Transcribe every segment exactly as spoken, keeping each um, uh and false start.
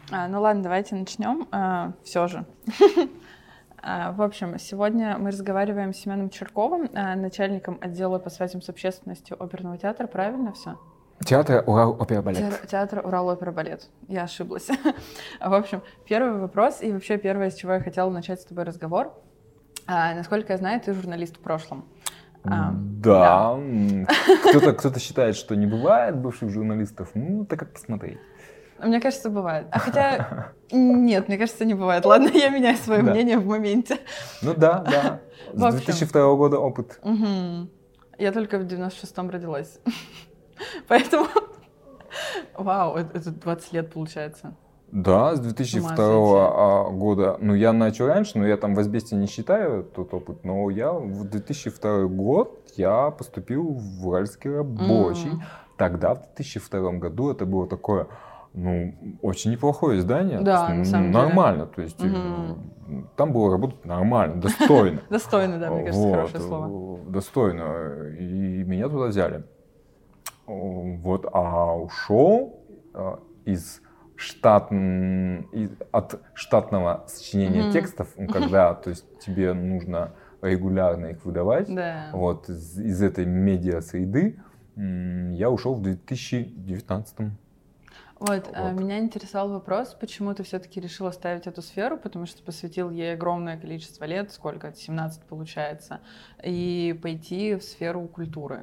А, ну ладно, давайте начнем. А, все же. а, в общем, сегодня мы разговариваем с Семеном Чирковым, а, начальником отдела по связям с общественностью оперного театра. Правильно все? Театр Урал-опера-балет. Театр, театр Урал-опера-балет. Я ошиблась. В общем, первый вопрос и вообще первое, с чего я хотела начать с тобой разговор. А, насколько я знаю, ты журналист в прошлом. А, да. да. Кто-то, кто-то считает, что не бывает бывших журналистов. Ну, так как посмотреть. Мне кажется, бывает. А хотя нет, мне кажется, не бывает. Ладно, я меняю свое да. мнение в моменте. Ну да, да. С две тысячи второго года опыт. Угу. Я только в девяносто шестом родилась. Поэтому... Вау, это двадцать лет получается. Да, с две тысячи второго года. Ну, я начал раньше, но я там в Асбесте не считаю тот опыт. Но я в две тысячи второй год я поступил в Уральский рабочий. Mm. Тогда, в две тысячи втором году, это было такое, ну, очень неплохое издание. Да, то есть, на самом нормально. деле. То есть, mm-hmm. там было работать нормально, достойно. Достойно, да, мне кажется, хорошее слово. Достойно. И меня туда взяли. Вот, а ушел из штат, из, от штатного сочинения mm-hmm. текстов, когда, то есть тебе нужно регулярно их выдавать, да. вот, из, из этой медиа-среды я ушел в две тысячи девятнадцатом. Вот, вот. Меня интересовал вопрос, почему ты все-таки решил оставить эту сферу, потому что посвятил ей огромное количество лет, сколько, семнадцать получается, и пойти в сферу культуры.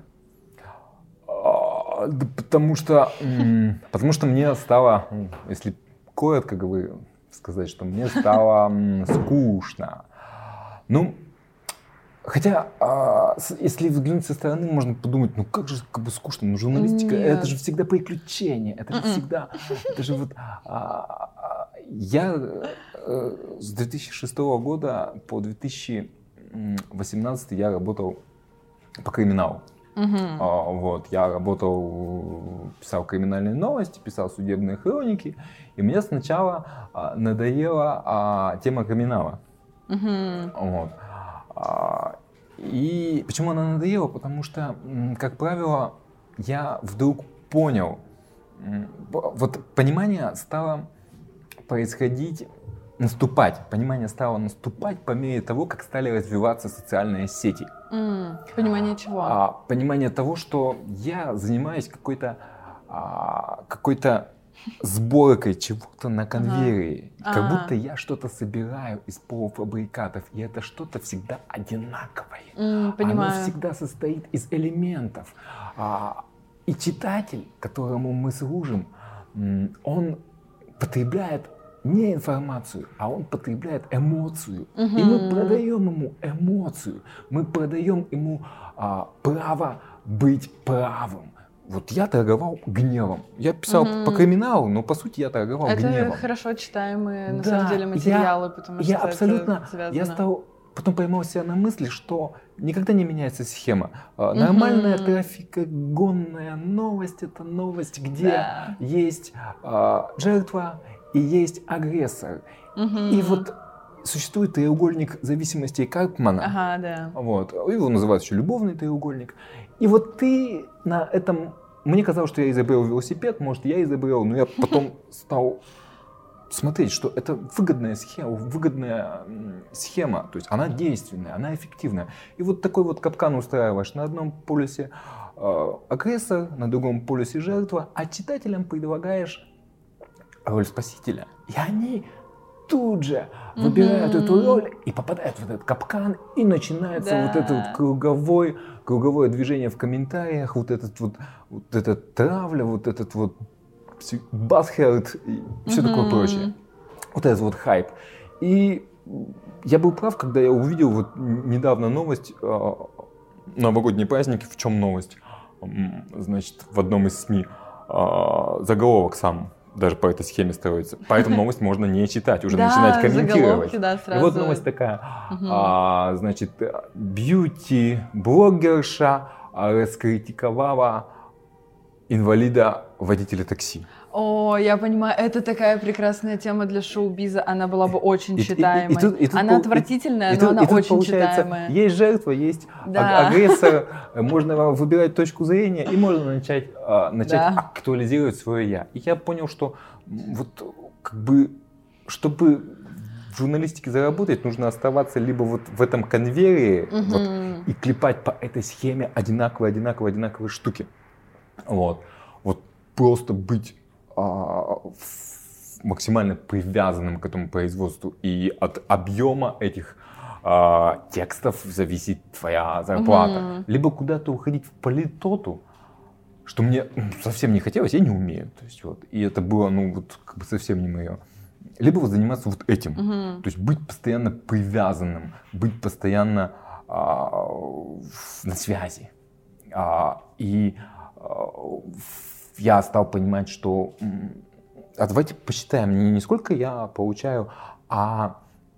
Да потому что, потому что мне стало, если коротко говорю, сказать, что мне стало скучно. Ну, хотя, если взглянуть со стороны, можно подумать, ну как же как бы скучно, ну журналистика, Нет. это же всегда приключения, это же Mm-mm. всегда, это же вот, я с две тысячи шестого года по две тысячи восемнадцатый я работал по криминалу. Uh-huh. А, вот, я работал, писал криминальные новости, писал судебные хроники, и мне сначала а, надоела а, тема криминала. Uh-huh. Вот. А, и почему она надоела? Потому что, как правило, я вдруг понял, вот понимание стало происходить, наступать, понимание стало наступать по мере того, как стали развиваться социальные сети. Mm, понимание чего? А, понимание того, что я занимаюсь какой-то, а, какой-то сборкой чего-то на конвейере. Ага. Как будто я что-то собираю из полуфабрикатов, и это что-то всегда одинаковое. Mm, понимаю. Оно всегда состоит из элементов. А, и читатель, которому мы служим, он потребляет не информацию, а он потребляет эмоцию. Uh-huh. И мы продаем ему эмоцию. Мы продаем ему а, право быть правым. Вот я торговал гневом. Я писал uh-huh. по криминалу, но по сути я торговал это гневом. Это хорошо читаемые, на да, самом деле, материалы, я, потому я что абсолютно, это связано. Я стал, потом поймал себя на мысли, что никогда не меняется схема. Uh-huh. Нормальная трафикогонная новость — это новость, где да. есть а, жертва и есть агрессор. Uh-huh. И вот существует треугольник зависимостей Карпмана. Ага, да. Вот. Его называют еще любовный треугольник. И вот ты на этом... Мне казалось, что я изобрел велосипед, может, я изобрел, но я потом стал смотреть, что это выгодная схема, выгодная схема, то есть она действенная, она эффективная. И вот такой вот капкан устраиваешь на одном полюсе э, агрессор, на другом полюсе жертва, а читателям предлагаешь роль спасителя. И они тут же выбирают mm-hmm. эту роль и попадают в этот капкан, и начинается да. вот это вот круговой, круговое движение в комментариях, вот этот вот, вот эта травля, вот этот вот басхерт и все mm-hmm. такое прочее. Вот этот вот хайп. И я был прав, когда я увидел вот недавно новость, новогодние праздники, в чем новость? Значит, в одном из СМИ заголовок сам даже по этой схеме строится. Поэтому новость можно не читать, уже да, начинать комментировать. Да, сразу. И вот новость такая, угу. а, значит, бьюти-блогерша раскритиковала инвалида водителя такси. О, я понимаю, это такая прекрасная тема для шоу-биза, она была бы очень и, читаемой. И, и, и тут, и тут, она отвратительная, и, но и, она и тут, очень читаемая. Есть жертва, есть да. агрессор, можно выбирать точку зрения и можно начать, начать да. актуализировать свое «я». И я понял, что вот как бы, чтобы в журналистике заработать, нужно оставаться либо вот в этом конвейере угу. вот, и клепать по этой схеме одинаковые, одинаковые, одинаковые штуки. Вот, вот просто быть а, максимально привязанным к этому производству, и от объема этих а, текстов зависит твоя зарплата. Угу. Либо куда-то уходить в политоту, что мне совсем не хотелось, я не умею. То есть, вот, и это было ну, вот, как бы совсем не мое. Либо вот заниматься вот этим. Угу. То есть быть постоянно привязанным, быть постоянно а, на связи. А, и а, я стал понимать, что а давайте посчитаем не, не сколько я получаю, а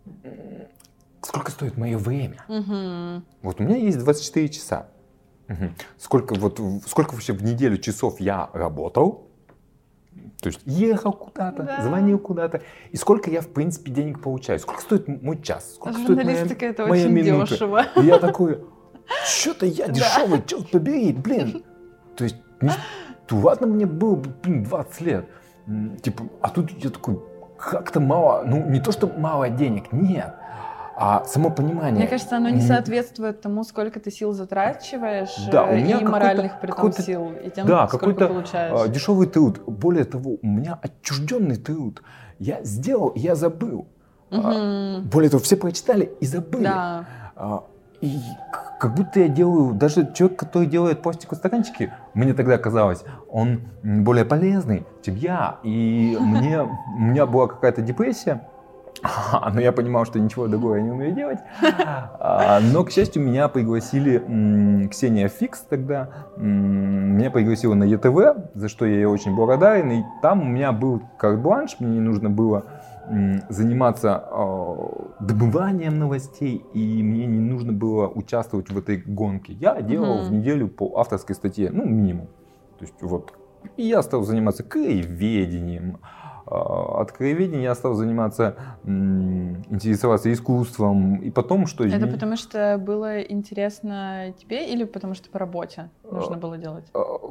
сколько стоит мое время. Угу. Вот у меня есть двадцать четыре часа. Угу. Сколько, вот, сколько вообще в неделю часов я работал, то есть ехал куда-то, да. звонил куда-то, и сколько я в принципе денег получаю, сколько стоит мой час, сколько стоит моя, это моя очень минута. Дешево. И я такой, что-то я дешевый, да. черт побери, блин. То есть, не, ладно, мне было бы двадцать лет, типа, а тут я такой, как-то мало, ну не то, что мало денег, нет. А само понимание... Мне кажется, оно не соответствует тому, сколько ты сил затрачиваешь, да, у меня и моральных при том сил, и тем, да, сколько получаешь. Да, дешевый труд. Более того, у меня отчужденный труд. Я сделал, я забыл. Угу. Более того, все прочитали и забыли. Да. И как будто я делаю... Даже человек, который делает пластиковые стаканчики, мне тогда казалось, он более полезный, чем я. И мне, у меня была какая-то депрессия. Но я понимал, что ничего другого я не умею делать. Но, к счастью, меня пригласили, Ксения Фикс тогда, меня пригласила на Е Тэ Вэ, за что я ей очень благодарен. И там у меня был карт-бланш, мне не нужно было заниматься добыванием новостей, и мне не нужно было участвовать в этой гонке. Я делал mm-hmm. в неделю по авторской статье, ну, минимум. То есть, вот. И я стал заниматься краеведением. От краеведения я стал заниматься, интересоваться искусством, и потом что... Это потому что было интересно тебе или потому что по работе нужно было делать?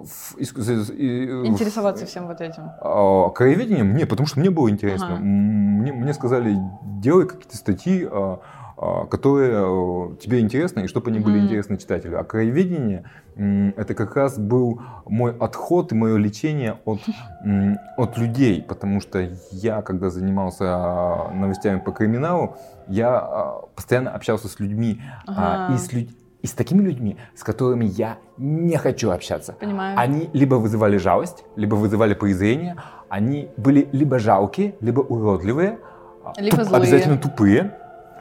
Интересоваться всем вот этим? Краеведением? Нет, потому что мне было интересно. Ага. Мне, мне сказали, делай какие-то статьи, которые тебе интересны, и чтобы они были mm-hmm. интересны читателю. А краеведение — это как раз был мой отход и мое лечение от, от людей, потому что я, когда занимался новостями по криминалу, я постоянно общался с людьми, ага. и, с люд... и с такими людьми, с которыми я не хочу общаться. Понимаю. Они либо вызывали жалость, либо вызывали презрение, они были либо жалкие, либо уродливые, либо туп... злые. Обязательно тупые.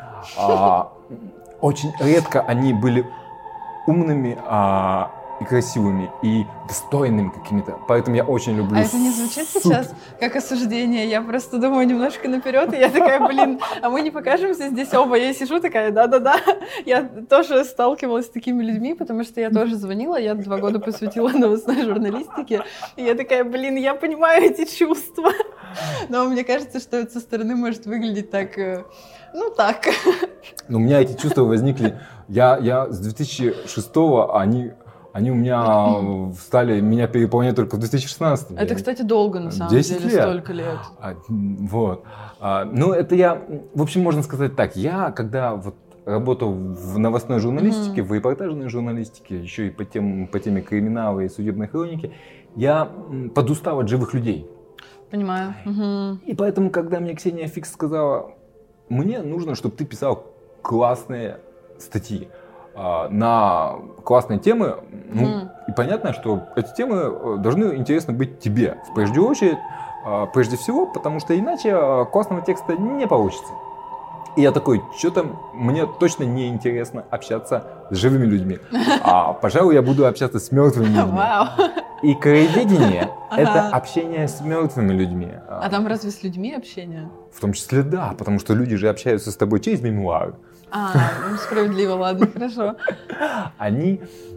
А, очень редко они были умными а, и красивыми, и достойными какими-то. Поэтому я очень люблю... А это не звучит суп. Сейчас как осуждение? Я просто думаю немножко наперед, и я такая, блин, а мы не покажемся здесь оба? Я сижу такая, да-да-да. Я тоже сталкивалась с такими людьми, потому что я тоже звонила, я два года посвятила новостной журналистике, и я такая, блин, я понимаю эти чувства. Но мне кажется, что это со стороны может выглядеть так... Ну так. Но у меня эти чувства возникли. Я, я с две тысячи шестого, они, они у меня стали меня переполнять только в две тысячи шестнадцатом. Это, кстати, долго на самом деле, лет. столько лет. А, вот. А, ну, это я, в общем, можно сказать так. Я, когда вот работал в новостной журналистике, mm-hmm. в репортажной журналистике, еще и по, тем, по теме криминала и судебной хроники, я подустал от живых людей. Понимаю. Mm-hmm. И поэтому, когда мне Ксения Фикс сказала, мне нужно, чтобы ты писал классные статьи э, на классные темы. Ну, mm. И понятно, что эти темы должны интересны быть тебе, в прежде очередь, э, прежде всего, потому что иначе классного текста не получится. И я такой, что-то мне точно не интересно общаться с живыми людьми. А, пожалуй, я буду общаться с мертвыми людьми. Wow. И краеведение ага. — это общение с мертвыми людьми. А там разве с людьми общение? В том числе да, потому что люди же общаются с тобой через мемуары. А, ну справедливо, ладно, хорошо. Они...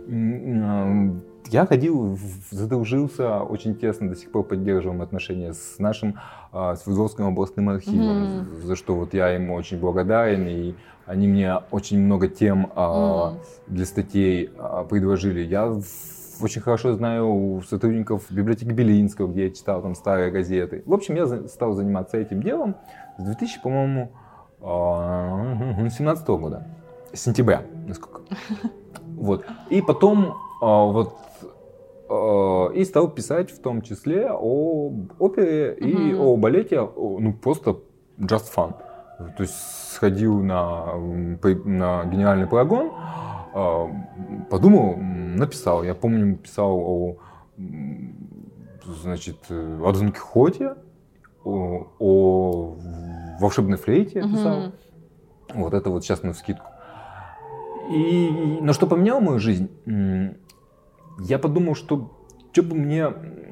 Я ходил, задружился очень тесно, до сих пор поддерживаем отношения с нашим Свердловским областным архивом, mm-hmm. за что вот я ему очень благодарен, и они мне очень много тем mm-hmm. для статей предложили. Я очень хорошо знаю сотрудников библиотеки Белинского, где я читал там старые газеты. В общем, я стал заниматься этим делом с две тысячи, по-моему, семнадцатого года, с сентября, насколько. Вот. И потом вот и стал писать в том числе о опере и mm-hmm. о балете, ну просто just fun. То есть сходил на, на генеральный парагон, подумал, написал. Я помню, писал о, значит, о Дон Кихоте, о, о волшебной флейте я писал. Mm-hmm. Вот это вот сейчас навскидку. И, но что поменяло мою жизнь? Я подумал, что что бы мне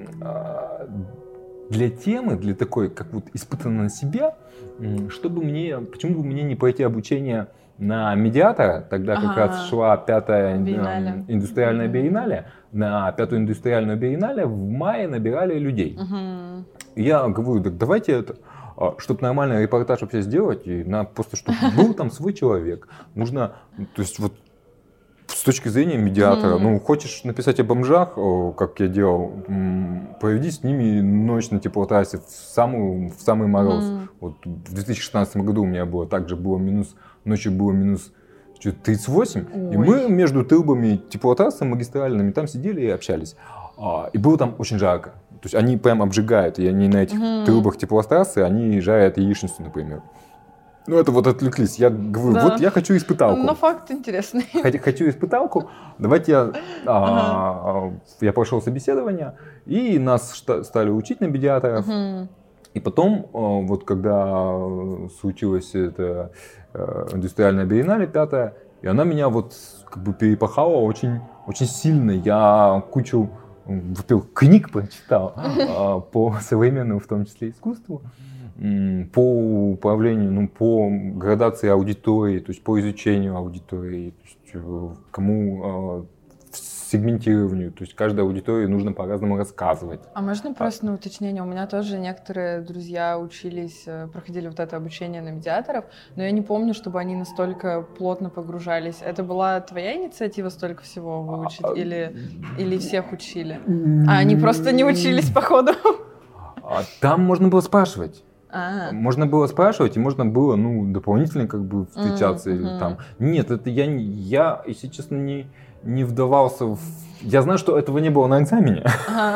для темы, для такой, как вот испытанной на себе, чтобы мне, почему бы мне не пойти обучение на медиатора, тогда как ага. раз шла пятая биеннале. индустриальная биеннале, на пятую индустриальную биеннале в мае набирали людей. Угу. Я говорю, так давайте это, чтобы нормальный репортаж вообще сделать, и на, просто чтобы был там свой человек, нужно, то есть вот с точки зрения медиатора, mm. ну, хочешь написать о бомжах, как я делал, проведи с ними ночь на теплотрассе в, самую, в самый мороз. Mm. Вот в две тысячи шестнадцатом году у меня было также было минус, ночью было минус тридцать восемь, Ой. И мы между тылбами теплотрассы магистральными там сидели и общались. И было там очень жарко. То есть они прям обжигают, и они на этих mm. тылбах теплотрассы, они жарят яичницу, например. Ну, это вот отвлеклись. Я говорю, да. вот я хочу испыталку. Но факт интересный. Хочу, хочу испыталку. Давайте я... А, я прошел собеседование, и нас стали учить на медиаторов. Угу. И потом, вот когда случилась эта индустриальная биеннале пятая, и она меня вот как бы перепахала очень, очень сильно. Я кучу, во-первых, книг прочитал по современному, в том числе, искусству. По управлению, ну, по градации аудитории, то есть по изучению аудитории, то есть кому э, сегментированию, то есть каждой аудитории нужно по-разному рассказывать. А можно просто на уточнение? У меня тоже некоторые друзья учились, проходили вот это обучение на медиаторов, но я не помню, чтобы они настолько плотно погружались. Это была твоя инициатива столько всего выучить или, или всех учили? А они просто не учились походу? Там можно было спрашивать. А-а-а. Можно было спрашивать, и можно было, ну, дополнительно как бы встречаться. Mm-hmm. или там. Нет, это я, я, если честно, не, не вдавался в... Я знаю, что этого не было на экзамене.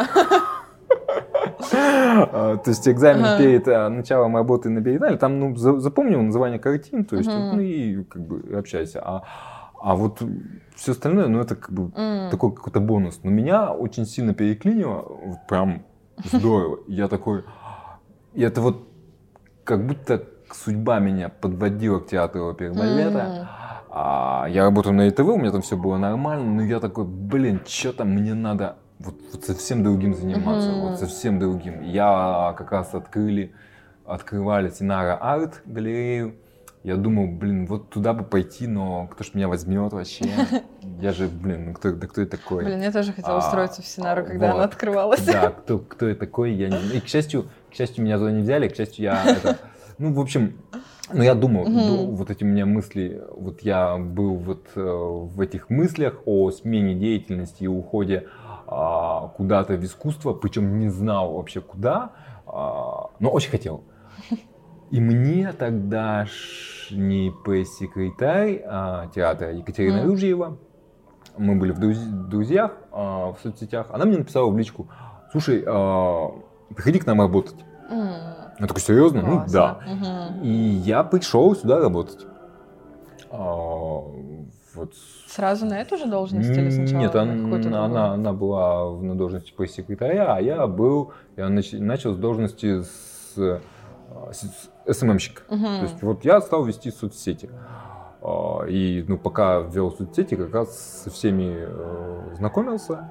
То есть экзамен перед началом работы на биеннале, там, ну, запомнил название картин, то есть, ну, и как бы общайся. А вот все остальное, ну, это как бы такой какой-то бонус. Но меня очень сильно переклинило, прям здорово. Я такой... И это вот как будто судьба меня подводила к театру оперы и балета. Mm. А, я работал на ИТВ, у меня там все было нормально, но я такой, блин, что там мне надо вот, вот совсем другим заниматься, mm. вот совсем другим. Я как раз открыли, открывали Синара Арт галерею. Я думал, блин, вот туда бы пойти, но кто ж меня возьмет вообще? Я же, блин, ну кто, да кто это такой? Блин, я тоже хотела а, устроиться в Синару, когда вот, она открывалась. Да, кто, кто я такой, я не знаю. И, к счастью, к счастью, меня туда не взяли, к счастью, я это... Ну, в общем, ну, я думал, угу. ну, вот эти у меня мысли, вот я был вот э, в этих мыслях о смене деятельности и уходе э, куда-то в искусство, причем не знал вообще куда, э, но очень хотел. И мне тогдашний пресс-секретарь а, театра Екатерина mm. Ружьева, мы были в друзьях а, в соцсетях, она мне написала в личку, слушай, а, приходи к нам работать. Mm. Я такой, серьезно? Классно. Ну да. Mm-hmm. И я пришел сюда работать. А, вот. Сразу на эту же должность или сначала? Нет, она, она, она была на должности пресс-секретаря, а я был, я нач, начал с должности с... эс эм эм-щик. Uh-huh. То есть вот я стал вести соцсети. И ну, пока вел соцсети, как раз со всеми э, знакомился.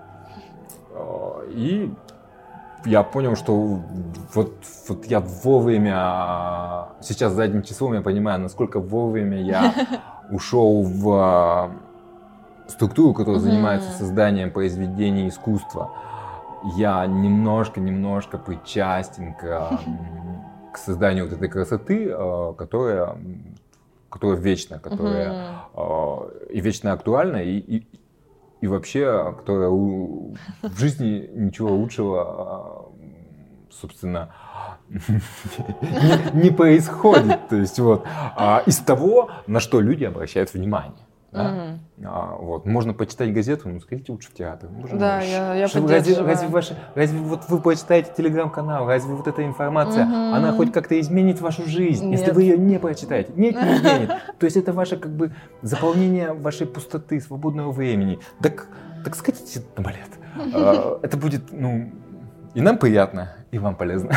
И я понял, что вот, вот я вовремя, сейчас задним числом я понимаю, насколько вовремя я ушел в структуру, которая uh-huh. занимается созданием произведений искусства. Я немножко-немножко причастен к к созданию вот этой красоты, которая, которая вечна, которая uh-huh. и вечно актуальна, и, и, и вообще, которая у, в жизни ничего лучшего, собственно, не, не происходит. То есть вот а, из того, на что люди обращают внимание. Да? Mm-hmm. А, вот. Можно почитать газету, ну сходите лучше в театр. Можно, да, я, я что, разве, разве, ваши, разве вот вы почитаете телеграм-канал, разве вот эта информация, mm-hmm. она хоть как-то изменит вашу жизнь, Нет. если вы ее не прочитаете? Нет, не изменит. То есть это ваше как бы заполнение вашей пустоты, свободного времени. Так, так сходите на балет. А, это будет, ну, и нам приятно, и вам полезно.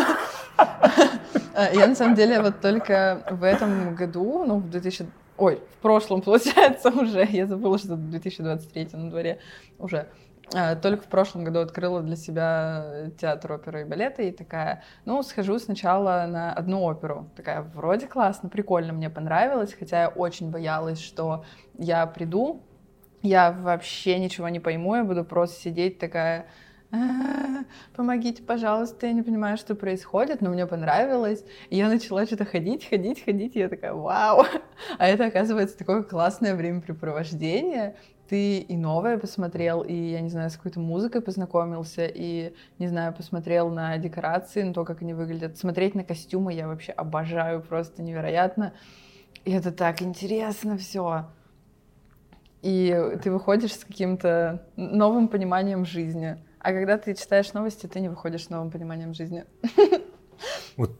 Я на самом деле вот только в этом году, ну в двухтысячном Ой, в прошлом, получается, уже, я забыла, что две тысячи двадцать третий на дворе уже. Только в прошлом году открыла для себя театр оперы и балета, и такая, ну, схожу сначала на одну оперу. Такая, вроде классно, прикольно, мне понравилось, хотя я очень боялась, что я приду, я вообще ничего не пойму, я буду просто сидеть такая... помогите, пожалуйста, я не понимаю, что происходит, но мне понравилось. И я начала что-то ходить, ходить, ходить, и я такая, вау! А это, оказывается, такое классное времяпрепровождение. Ты и новое посмотрел, и, я не знаю, с какой-то музыкой познакомился, и, не знаю, посмотрел на декорации, на то, как они выглядят. Смотреть на костюмы я вообще обожаю, просто невероятно. И это так интересно все. И ты выходишь с каким-то новым пониманием жизни. А когда ты читаешь новости, ты не выходишь с новым пониманием жизни. Вот.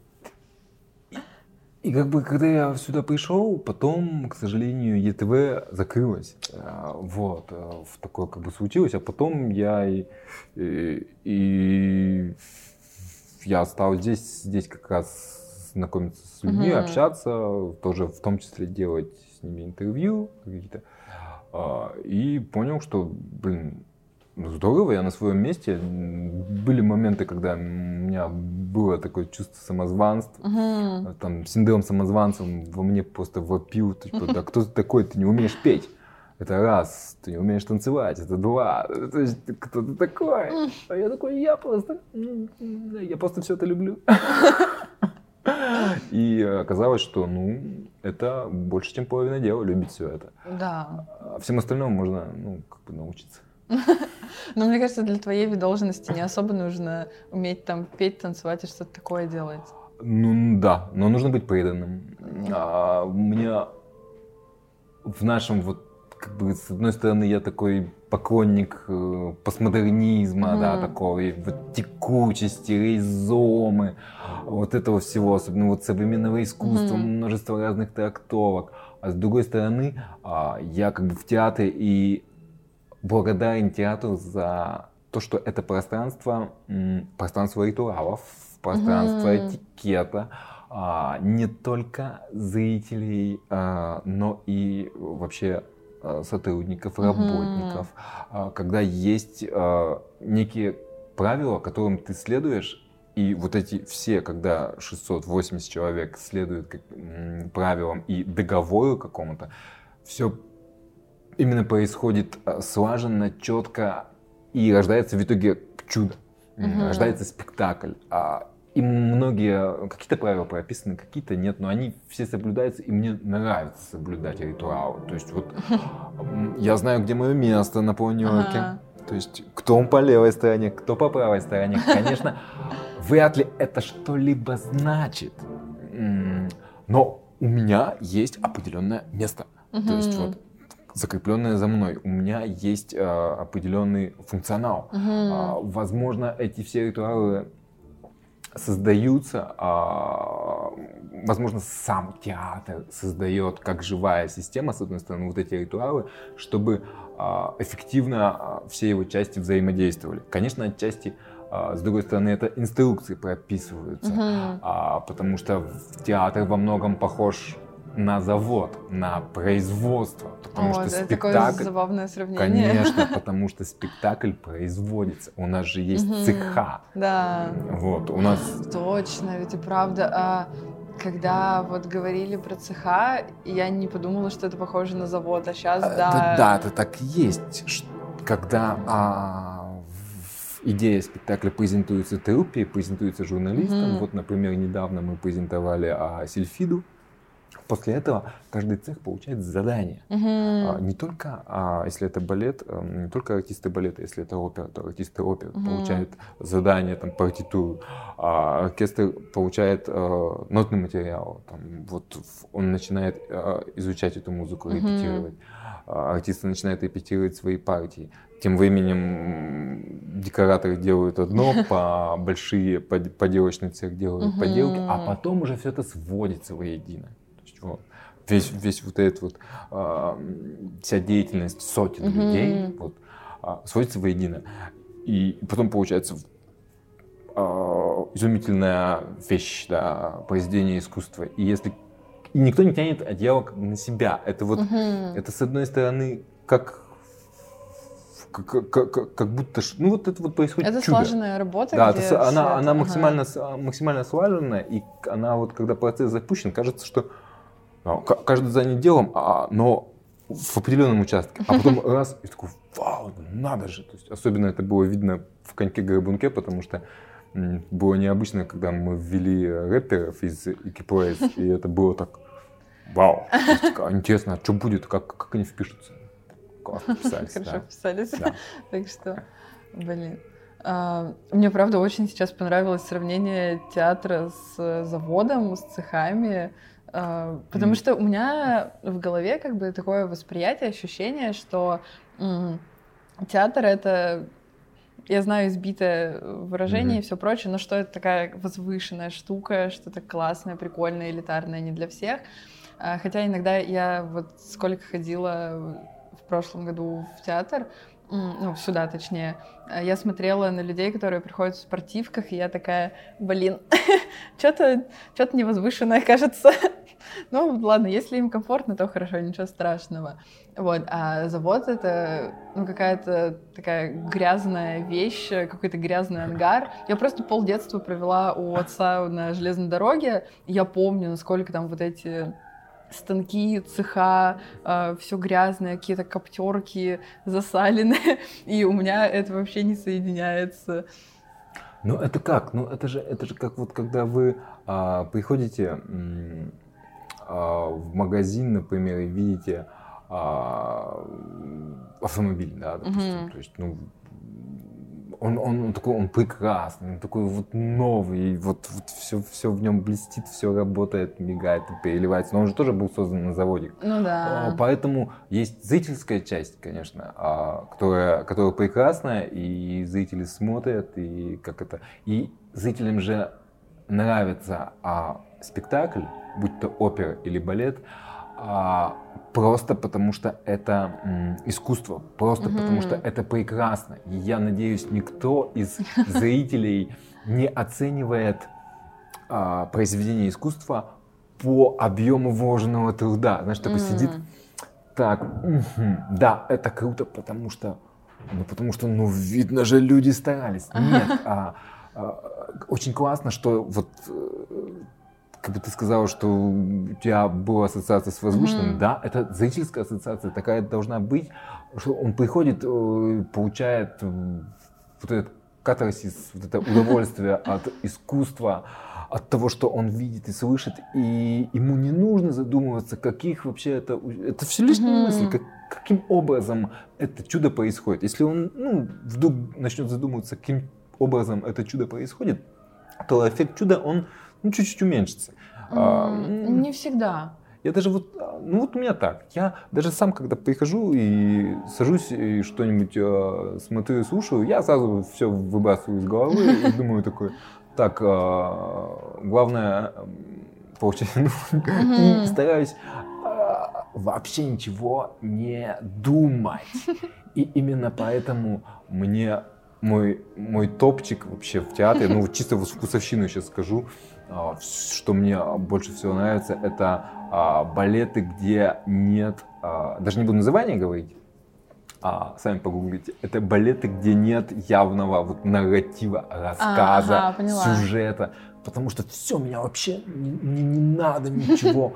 И как бы, когда я сюда пришел, потом, к сожалению, ЕТВ закрылось. Вот. В такое как бы случилось. А потом я и, и, и я стал здесь, здесь как раз знакомиться с людьми, mm-hmm. общаться, тоже в том числе делать с ними интервью какие-то. И понял, что, блин, здорово, я на своем месте. Были моменты, когда у меня было такое чувство самозванства, uh-huh. там синдром самозванца во мне просто вопил, типа, да кто ты такой, ты не умеешь петь. Это раз, ты не умеешь танцевать, это два, то есть кто ты такой? А я такой, я просто, я просто все это люблю. И оказалось, что, ну, это больше, чем половина дела, любить все это. Да. А всем остальному можно, ну, как бы научиться. Но мне кажется, для твоей должности не особо нужно уметь там петь, танцевать и что-то такое делать. Ну да, но нужно быть преданным. А, у меня в нашем вот, как бы, с одной стороны, я такой поклонник э, постмодернизма, mm-hmm. да, такой вот текучести, ризомы, вот этого всего, особенно вот современного искусства, mm-hmm. множество разных трактовок. А с другой стороны, а, я как бы в театре и благодарен театру за то, что это пространство, пространство ритуалов, пространство mm-hmm. этикета, а, не только зрителей, а, но и вообще сотрудников, работников, mm-hmm. а, когда есть а, некие правила, которым ты следуешь, и вот эти все, когда шестьсот восемьдесят человек следуют как, м, правилам и договору какому-то, все именно происходит слаженно, четко, и рождается в итоге чудо, uh-huh. рождается спектакль. И многие, какие-то правила прописаны, какие-то нет, но они все соблюдаются, и мне нравится соблюдать ритуалы. То есть вот я знаю, где мое место на планерке, uh-huh. то есть кто по левой стороне, кто по правой стороне. Конечно, вряд ли это что-либо значит, но у меня есть определенное место. Uh-huh. То есть вот закрепленное за мной. У меня есть э, определенный функционал. Uh-huh. Э, возможно, эти все ритуалы создаются, э, возможно, сам театр создает как живая система, с одной стороны, вот эти ритуалы, чтобы э, эффективно э, все его части взаимодействовали. Конечно, отчасти, э, с другой стороны, это инструкции прописываются, uh-huh. э, потому что театр во многом похож на завод, на производство, потому О, что это спектакль... такое забавное сравнение. Конечно, потому что спектакль производится. У нас же есть угу, цеха. Да. Вот, у нас... Точно, ведь и правда. А когда вот говорили про цеха, я не подумала, что это похоже на завод, а сейчас, да... Да, да, это так и есть. Когда а, идея спектакля презентуется труппе, презентуется журналистам. Угу. Вот, например, недавно мы презентовали а, Сильфиду. После этого каждый цех получает задание. Uh-huh. А, не только, а, если это балет, не только артисты балета, если это опера, то артисты оперы uh-huh. получают задание, там, партитуру. А оркестр получает а, нотный материал. Там, вот он начинает а, изучать эту музыку, uh-huh. репетировать. А, артисты начинают репетировать свои партии. Тем временем декораторы делают одно, по большие поделочный цех делают uh-huh. поделки, а потом уже все это сводится воедино. Вот. Весь, весь вот этот вот а, вся деятельность сотен mm-hmm. людей вот, а, сводится воедино. И потом получается а, изумительная вещь, да, произведение искусства. И если и никто не тянет одеяло на себя. Это вот mm-hmm. это с одной стороны как Как, как, как будто, ну вот это вот происходит это чудо. слаженная работа, да, где это, она, это, она ага. максимально, максимально слаженная, и она вот, когда процесс запущен, кажется, что каждый занят делом, а, но в определенном участке, а потом раз, и такой, вау, надо же. То есть, особенно это было видно в «Коньке-горбунке», потому что м, было необычно, когда мы ввели рэперов из Equipoise, и это было так, вау, есть, интересно, а что будет, как, как они впишутся. Классно вписались. Хорошо да. вписались. Да. Так что, блин. А, мне, правда, очень сейчас понравилось сравнение театра с заводом, с цехами. А, потому mm. что у меня в голове как бы такое восприятие, ощущение, что м- театр — это, я знаю, избитое выражение mm-hmm. и все прочее, но что это такая возвышенная штука, что-то классное, прикольное, элитарное, не для всех. А, хотя иногда я вот сколько ходила в прошлом году в театр, ну, сюда точнее, я смотрела на людей, которые приходят в спортивках, и я такая, блин, что-то что-то невозвышенное, кажется. Ну, ладно, если им комфортно, то хорошо, ничего страшного. Вот, а завод — это, ну, какая-то такая грязная вещь, какой-то грязный ангар. Я просто полдетства провела у отца на железной дороге, и я помню, насколько там вот эти станки, цеха, э, все грязное, какие-то коптерки засаленные, и у меня это вообще не соединяется. Ну это как? Ну это же, это же как вот когда вы а, приходите м, а, в магазин, например, и видите а, автомобиль, да, допустим, mm-hmm. то есть, ну, Он, он, он такой, он прекрасный, он такой вот новый, вот, вот все, все в нем блестит, все работает, мигает, переливается. Но он же тоже был создан на заводе. Ну да. Поэтому есть зрительская часть, конечно, которая, которая прекрасная, и зрители смотрят, и как это. И зрителям же нравится а, спектакль, будь то опера или балет, а, просто потому что это м, искусство, просто mm-hmm. потому что это прекрасно. И я надеюсь, никто из зрителей не оценивает а, произведение искусства по объему вложенного труда. Знаешь, такой mm-hmm. сидит, так, угу, да, это круто, потому что, ну, потому что, ну, видно же, люди старались. Нет, а, а, очень классно, что вот... Как бы ты сказала, что у тебя была ассоциация с возвышенным, mm-hmm. да, это зрительская ассоциация, такая должна быть, что он приходит, получает вот этот катарсис, вот это удовольствие от искусства, от того, что он видит и слышит, и ему не нужно задумываться, каких вообще это, это все лишняя mm-hmm. мысль, как, каким образом это чудо происходит. Если он, ну, вдруг начнет задумываться, каким образом это чудо происходит, то эффект чуда, он ну, чуть-чуть уменьшится. Mm, а, не всегда. Я даже вот, ну вот у меня так. Я даже сам, когда прихожу и сажусь и что-нибудь э, смотрю и слушаю, я сразу все выбрасываю из головы и думаю такой, так, э, главное получить, ну, mm-hmm. и стараюсь э, вообще ничего не думать. И именно поэтому мне мой, мой топчик вообще в театре, ну чисто вот вкусовщину сейчас скажу, что мне больше всего нравится, это а, балеты, где нет, а, даже не буду название говорить, а, сами погуглите, это балеты, где нет явного вот нарратива, рассказа, ага, сюжета, потому что все, меня вообще не, не, не надо ничего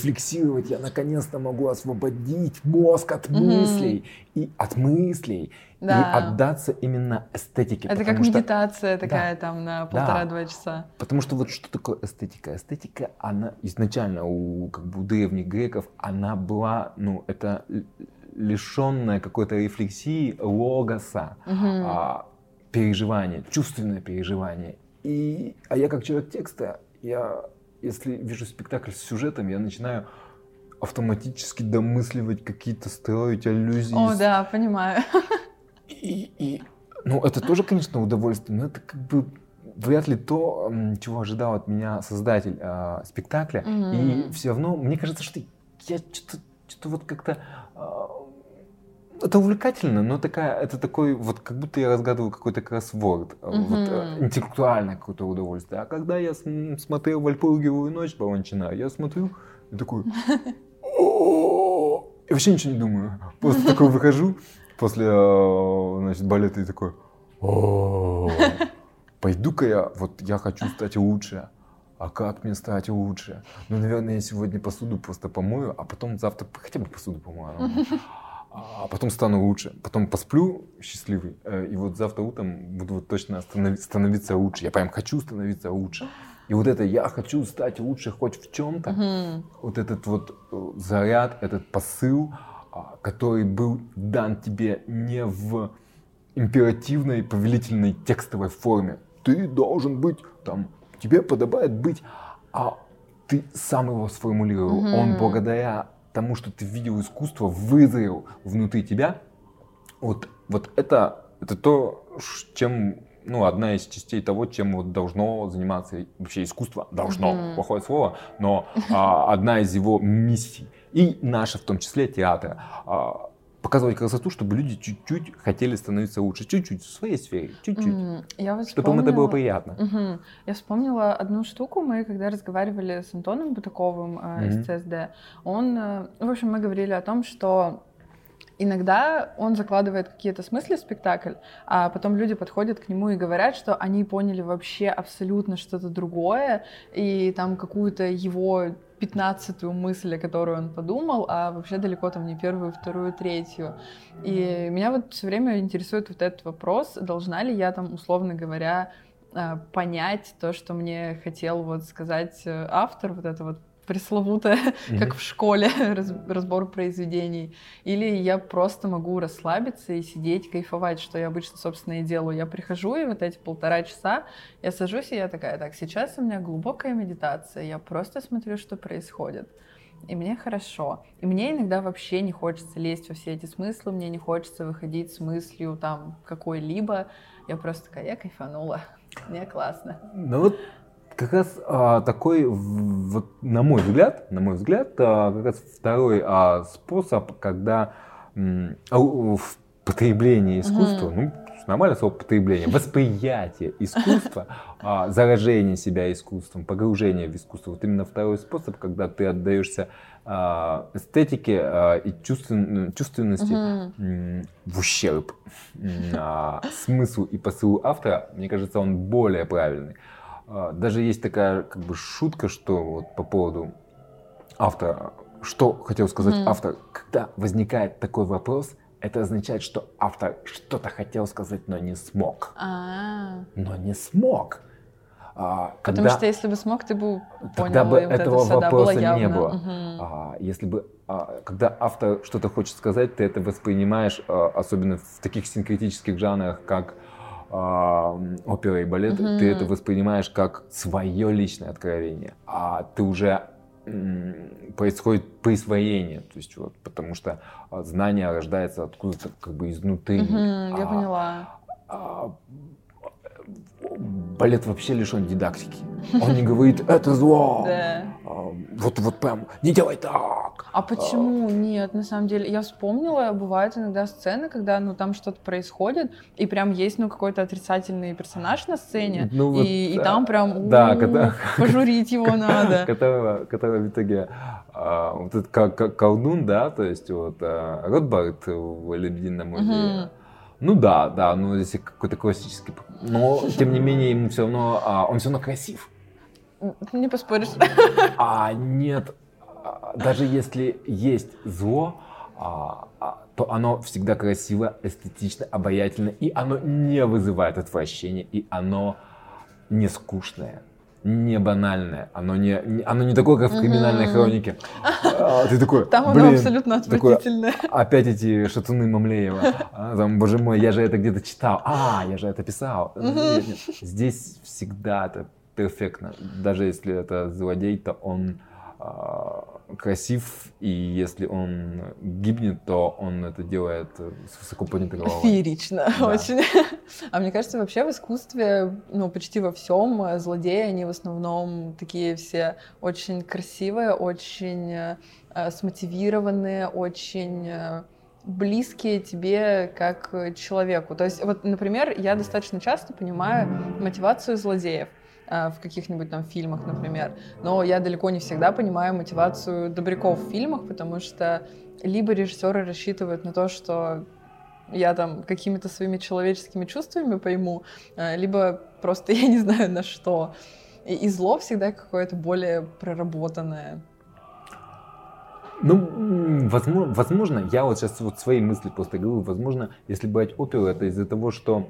рефлексировать, я наконец-то могу освободить мозг от мыслей, и от мыслей, Да. И отдаться именно эстетике. Это как что... медитация такая, да, там на полтора-два да. часа. Потому что вот что такое эстетика? Эстетика, она изначально у, как бы, у древних греков, она была, ну, это лишенная какой-то рефлексии, логоса, угу. а, переживания, чувственное переживание. И, а я как человек текста, я, если вижу спектакль с сюжетом, я начинаю автоматически домысливать какие-то, строить аллюзии. О, да, понимаю. И, и, ну, это тоже, конечно, удовольствие, но это как бы вряд ли то, чего ожидал от меня создатель э, спектакля. Mm-hmm. И все равно, мне кажется, что я что-то, что-то вот как-то... Э, это увлекательно, но такая, это такой, вот как будто я разгадываю какой-то кроссворд, mm-hmm. вот, э, интеллектуальное какое-то удовольствие. А когда я с- смотрел «Вальпургиевую ночь» Баланчина, я смотрю и такой... И вообще ничего не думаю. Просто такой выхожу после, значит, балета и такой: о, пойду-ка я, вот я хочу стать лучше. А как мне стать лучше? Ну, наверное, я сегодня посуду просто помою, а потом завтра хотя бы посуду помою. А потом стану лучше. Потом посплю счастливый. И вот завтра утром буду вот точно становиться лучше. Я прям хочу становиться лучше. И вот это «я хочу стать лучше хоть в чем-то», uh-huh. вот этот вот заряд, этот посыл, который был дан тебе не в императивной, повелительной текстовой форме. Ты должен быть, там, тебе подобает быть, а ты сам его сформулировал. Uh-huh. Он благодаря тому, что ты видел искусство, вызрел внутри тебя. Вот, вот это, это то, чем... Ну, одна из частей того, чем вот должно заниматься вообще искусство. Должно, mm-hmm. плохое слово, но а, одна из его миссий. И наша, в том числе, театра. А, показывать красоту, чтобы люди чуть-чуть хотели становиться лучше. Чуть-чуть, в своей сфере, чуть-чуть. Mm-hmm. Я вот чтобы вспомнила... им это было приятно. Mm-hmm. Я вспомнила одну штуку. Мы, когда разговаривали с Антоном Бутаковым э, mm-hmm. из ЦСД, он, э, в общем, мы говорили о том, что иногда он закладывает какие-то смыслы в спектакль, а потом люди подходят к нему и говорят, что они поняли вообще абсолютно что-то другое, и там какую-то его пятнадцатую мысль, о которой он подумал, а вообще далеко там не первую, вторую, третью. И меня вот все время интересует вот этот вопрос, должна ли я там, условно говоря, понять то, что мне хотел вот сказать автор, вот это вот пресловутое, mm-hmm. как в школе, раз, разбор произведений. Или я просто могу расслабиться и сидеть, кайфовать, что я обычно, собственно, и делаю. Я прихожу, и вот эти полтора часа я сажусь, и я такая: так, сейчас у меня глубокая медитация, я просто смотрю, что происходит. И мне хорошо. И мне иногда вообще не хочется лезть во все эти смыслы, мне не хочется выходить с мыслью там какой-либо. Я просто такая: я кайфанула, мне классно. Ну вот как раз а, такой, вот, на мой взгляд, на мой взгляд, а, как раз второй а, способ, когда м, а, в потреблении искусства, mm-hmm. ну, нормальное слово потребление, восприятие искусства, а, заражение себя искусством, погружение в искусство. Вот именно второй способ, когда ты отдаешься а, эстетике а, и чувствен, чувственности mm-hmm. м, в ущерб а, смыслу и посылу автора, мне кажется, он более правильный. Даже есть такая как бы шутка, что вот по поводу автора, что хотел сказать mm. автор. Когда возникает такой вопрос, это означает, что автор что-то хотел сказать, но не смог. А-а-а. Но не смог. А, когда, Потому что если бы смог, ты бы понял, тогда бы вот этого это вопроса было не было. Угу. А, если бы, а, когда автор что-то хочет сказать, ты это воспринимаешь, а, особенно в таких синкретических жанрах, как опера и балет, uh-huh. ты это воспринимаешь как свое личное откровение, а ты уже м, происходит присвоение, то есть вот, потому что знание рождается откуда-то как бы изнутри. Uh-huh, я а, поняла. А, балет вообще лишен дидактики. Он не говорит: это зло. Да. Вот, вот прям не делай так. А почему а... нет? На самом деле, я вспомнила, бывают иногда сцены, когда ну там что-то происходит, и прям есть ну какой-то отрицательный персонаж на сцене, ну, вот, и, и там прям да, когда, пожурить его надо. Которого, которого в итоге а, вот этот как, как колдун, да, то есть вот а, Ротбард в «Лебедином озере. Угу. Ну да, да, ну если какой-то классический, но тем не менее ему все равно, а, он все равно красив. Не поспоришь. А нет, даже если есть зло, а, то оно всегда красиво, эстетично, обаятельно, и оно не вызывает отвращения, и оно не скучное, не банальное, оно не, не, оно не такое, как в криминальной mm-hmm. хронике. А, ты такой, там блин, оно абсолютно отвратительное. Такой, опять эти шатуны Мамлеева. А, там, боже мой, я же это где-то читал. А, я же это писал. Mm-hmm. Здесь всегда это перфектно. Даже если это злодей, то он а, красив, и если он гибнет, то он это делает с высоко поднятой головой. Феерично, да. Очень. А мне кажется, вообще в искусстве, ну, почти во всем злодеи, они в основном такие все очень красивые, очень э, смотивированные, очень э, близкие тебе как человеку. То есть, вот, например, я достаточно часто понимаю мотивацию злодеев в каких-нибудь там фильмах, например. Но я далеко не всегда понимаю мотивацию добряков в фильмах, потому что либо режиссеры рассчитывают на то, что я там какими-то своими человеческими чувствами пойму, либо просто я не знаю на что. И, и зло всегда какое-то более проработанное. Ну, возможно, возможно, я вот сейчас вот свои мысли просто говорю, возможно, если брать оперу, это из-за того, что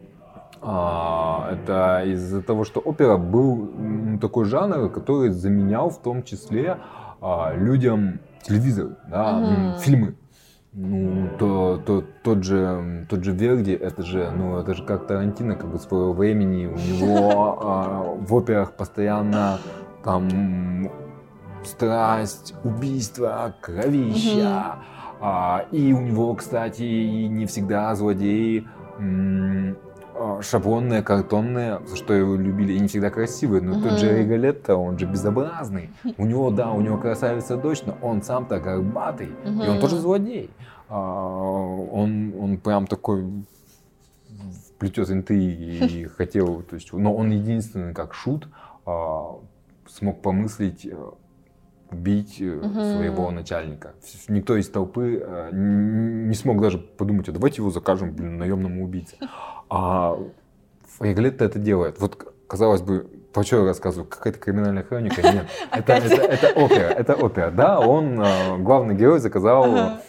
А, это из-за того, что опера был ну, такой жанр, который заменял в том числе а, людям телевизор, да, mm-hmm. фильмы. Ну, то, то, тот же, тот же Верди, это же, ну, это же как Тарантино, как бы своего времени, у него а, в операх постоянно там страсть, убийство, кровища. Mm-hmm. А, и у него, кстати, и не всегда злодеи м- шаблонные, картонные, за что его любили, и не всегда красивые. Но uh-huh. тот же Риголетто, он же безобразный. У него, да, у него красавица дочь, но он сам-то горбатый. Uh-huh. И он тоже злодей. А, он, он прям такой плетет интриги и хотел, то есть, но он единственный, как шут, а, смог помыслить убить uh-huh. своего начальника. Никто из толпы а, не смог даже подумать, а давайте его закажем, блин, наемному убийце. А Риголетто это делает. Вот, казалось бы, про что я рассказываю? Какая-то криминальная хроника? Нет. Это, это, это опера. Это опера. Да, он, главный герой, заказал ага.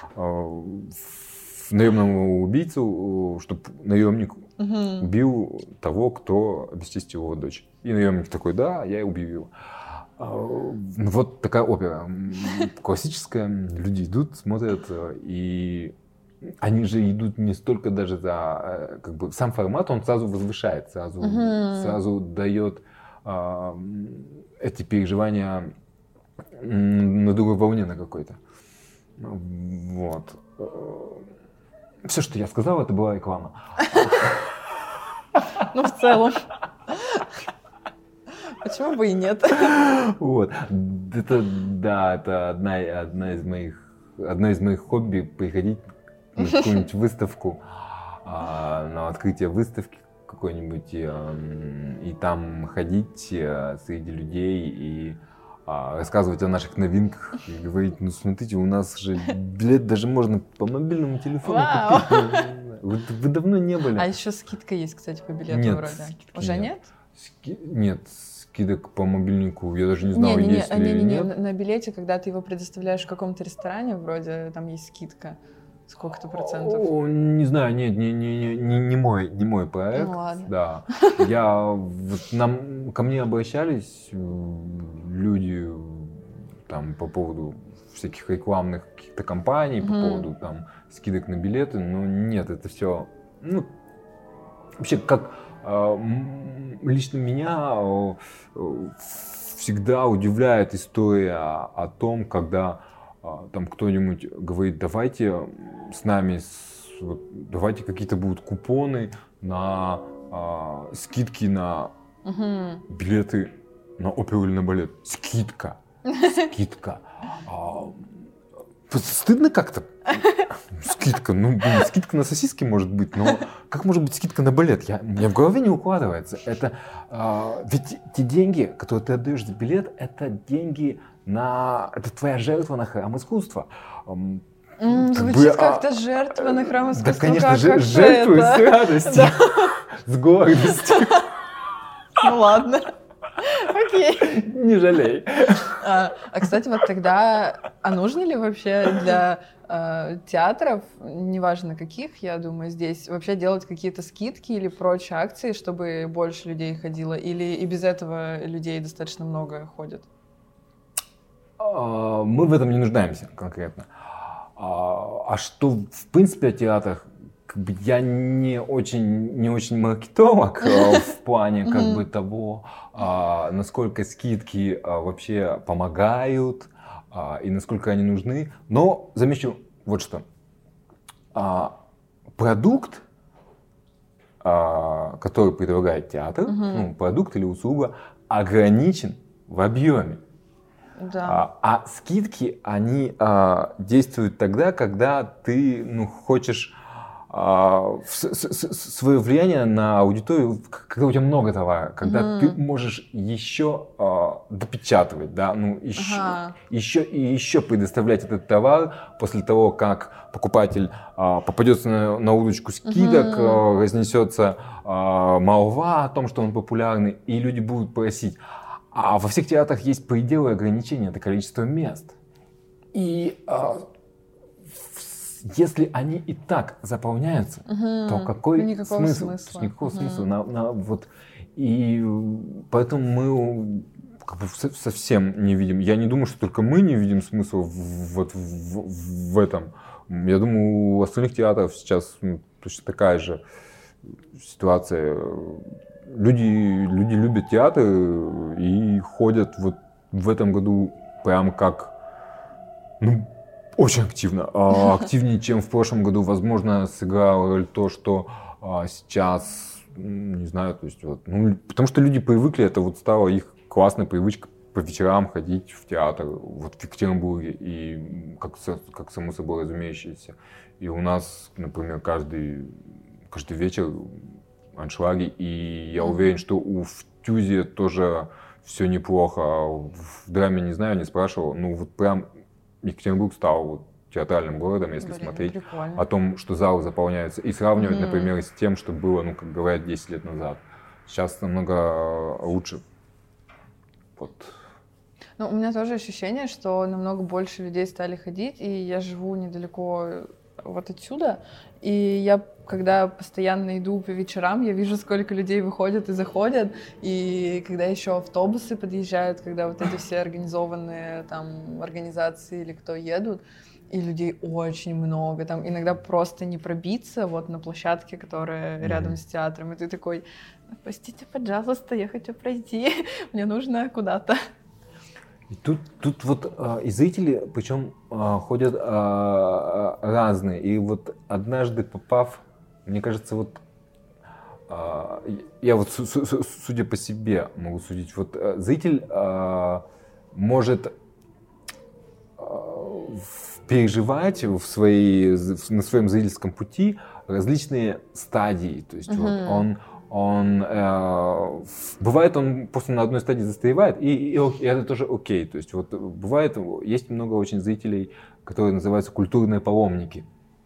наемному убийцу, чтобы наемник угу. убил того, кто обесчестил его дочь. И наемник такой, да, я и убью его. Вот такая опера. Классическая. Люди идут, смотрят и... Они же идут не столько даже за, как бы, сам формат, он сразу возвышает, сразу, uh-huh. сразу дает а, эти переживания на другой волне на какой-то. Вот. Все, что я сказал, это была реклама. Ну, в целом. Почему бы и нет? Вот. Это, да, это одна, одна из моих, одно из моих хобби, приходить на какую-нибудь выставку, а, на открытие выставки какой-нибудь, а, и там ходить а, среди людей и а, рассказывать о наших новинках и говорить, ну смотрите, у нас же билет даже можно по мобильному телефону Вау. купить. Вы, вы давно не были. А еще скидка есть, кстати, по билету нет, вроде. Уже нет? Нет? Ски... нет, скидок по мобильнику, я даже не знал, не, не, есть не, ли не, не, нет. Не, на билете, когда ты его предоставляешь в каком-то ресторане, вроде там есть скидка. Сколько-то процентов? О, не знаю, нет, не, не, не, не, мой, не мой проект. Ну, ладно. Да. Я, вот, нам, ко мне обращались люди там, по поводу всяких рекламных каких-то кампаний, mm-hmm. по поводу там, скидок на билеты, но нет, это все, ну, вообще, как э, лично меня э, всегда удивляет история о том, когда там кто-нибудь говорит, давайте с нами, с, вот, давайте какие-то будут купоны на а, скидки на угу. билеты на оперу или на балет. Скидка, скидка. А, стыдно как-то? Скидка, ну, блин, скидка на сосиски может быть, но как может быть скидка на балет? Я, мне в голове не укладывается. Это, а, ведь те деньги, которые ты отдаешь за билет, это деньги на... Это твоя жертва на храм искусства. Mm, как звучит бы, как-то а, жертва на храм искусства. Да, конечно, как, ж, жертвую это? С радостью, с гордостью. Ну ладно. Окей. Не жалей. А, а, кстати, вот тогда, а нужно ли вообще для э, театров, неважно каких, я думаю, здесь, вообще делать какие-то скидки или прочие акции, чтобы больше людей ходило? Или и без этого людей достаточно много ходят? А, мы в этом не нуждаемся конкретно. А, а что, в принципе, о театрах? Как бы я не очень, не очень маркетолог в плане как бы того, насколько скидки вообще помогают и насколько они нужны. Но замечу вот что. Продукт, который предлагает театр, ну, продукт или услуга, ограничен в объеме. Да. А, а скидки, они а, действуют тогда, когда ты ну, хочешь а, с, с, с, свое влияние на аудиторию, когда у тебя много товара, когда угу. ты можешь еще а, допечатывать, да, ну, еще, ага. еще и еще предоставлять этот товар после того, как покупатель а, попадется на, на удочку скидок, угу. а, разнесется а, молва о том, что он популярный, и люди будут просить. А во всех театрах есть пределы ограничения, это количество мест. И а, если они и так заполняются, угу. то какой никакого смысл? смысла. Никакого угу. смысла. На, на, вот. И поэтому мы как бы совсем не видим. Я не думаю, что только мы не видим смысла в, вот, в, в этом. Я думаю, у остальных театров сейчас ну, точно такая же ситуация. Люди, люди любят театр и ходят вот в этом году прям как, ну, очень активно. А, активнее, чем в прошлом году. Возможно, сыграло роль то, что а, сейчас, не знаю, то есть вот, ну, потому что люди привыкли, это вот стало их классной привычкой по вечерам ходить в театр, вот в Екатеринбурге, и как, как само собой разумеющееся. И у нас, например, каждый, каждый вечер аншлаги, и я уверен, что у ВТЮЗе тоже все неплохо. В драме не знаю, не спрашивал. Ну вот прям Екатеринбург стал вот театральным городом, если Блин, смотреть прикольно. О том, что залы заполняются, и сравнивать, mm-hmm. например, с тем, что было, ну как говорят, десять лет назад. Сейчас намного лучше. Вот. Ну, у меня тоже ощущение, что намного больше людей стали ходить, и я живу недалеко вот отсюда, и я, когда постоянно иду по вечерам, я вижу, сколько людей выходят и заходят, и когда еще автобусы подъезжают, когда вот эти все организованные там организации или кто едут, и людей очень много, там иногда просто не пробиться вот на площадке, которая mm-hmm. рядом с театром, и ты такой, простите, пожалуйста, я хочу пройти, мне нужно куда-то. И тут, тут вот а, и зрители, причем а, ходят а, разные. И вот однажды попав, мне кажется, вот а, я вот су- су- судя по себе могу судить, вот а, зритель а, может а, переживать в своей, на своем зрительском пути различные стадии. То есть mm-hmm. вот он Он, э, бывает, он просто на одной стадии застревает, и, и, и это тоже окей. То есть вот бывает, есть много очень зрителей, которые называются культурные паломники.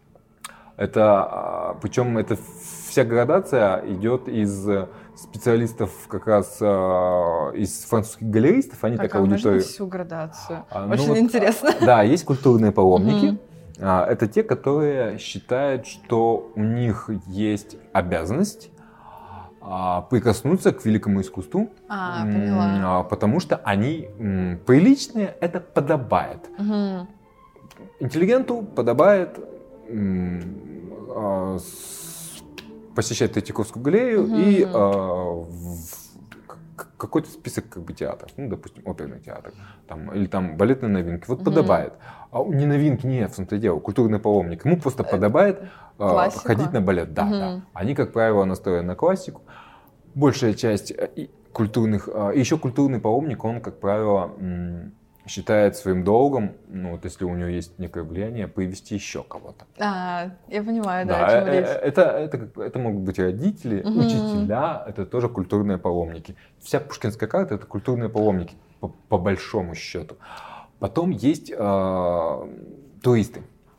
Это, причем это вся градация идет из специалистов, как раз из французских галеристов, они так, так а аудиторию. Можно всю градацию? А, очень ну, интересно. Вот, да, есть культурные паломники. Mm-hmm. Это те, которые считают, что у них есть обязанность прикоснуться к великому искусству, а, поняла. потому что они м, приличные, это подобает. Угу. Интеллигенту подобает м, а, с, посещать Третьяковскую галерею угу. и а, в, какой-то список как бы, театров, ну, допустим, оперный театр, там, или там балетные новинки, вот угу. подобает. А не новинки, нет, в том-то дело, культурный паломник, ему просто подобает а, ходить на балет, да, угу. да. Они, как правило, настроены на классику. Большая часть культурных, и еще культурный паломник, он, как правило, считает своим долгом, ну вот если у него есть некое влияние, привести еще кого-то. А, я понимаю, да, да о чем речь. Это, это, это могут быть родители, угу. учителя, это тоже культурные паломники. Вся пушкинская карта — это культурные паломники, по, по большому счету. Потом есть э, туристы.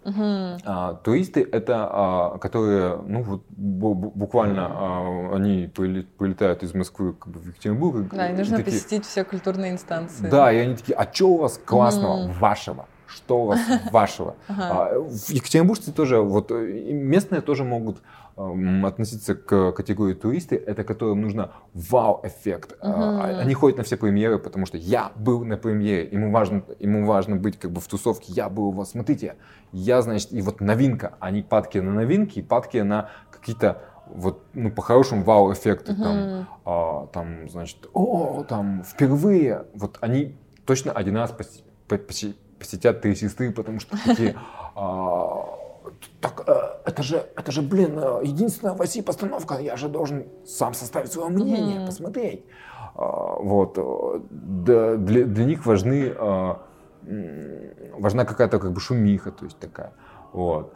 Uh-huh. А, туристы это, а, которые, ну вот буквально а, они прилетают из Москвы как бы, в Екатеринбург. Да, и нужно и такие, посетить все культурные инстанции. Да, и они такие, а что у вас классного uh-huh. вашего? Что у вас вашего? Uh-huh. В Екатеринбуржцы тоже, вот местные тоже могут относиться к категории туристы, это которым нужно вау-эффект. Uh-huh. Они ходят на все премьеры, потому что я был на премьере, ему важно, ему важно быть как бы в тусовке, я был у вас, смотрите, я, значит, и вот новинка, они падки на новинки, падки на какие-то вот, ну, по-хорошему вау-эффекты, uh-huh. там, а, там, значит, о, там, впервые, вот они точно один раз поси, поси, посетят «Три сестры», потому что такие... Так, это же, это же, блин, единственная в России постановка, я же должен сам составить свое мнение, mm-hmm. посмотреть. Вот, для, для них важны, важна какая-то как бы шумиха, то есть такая. Вот,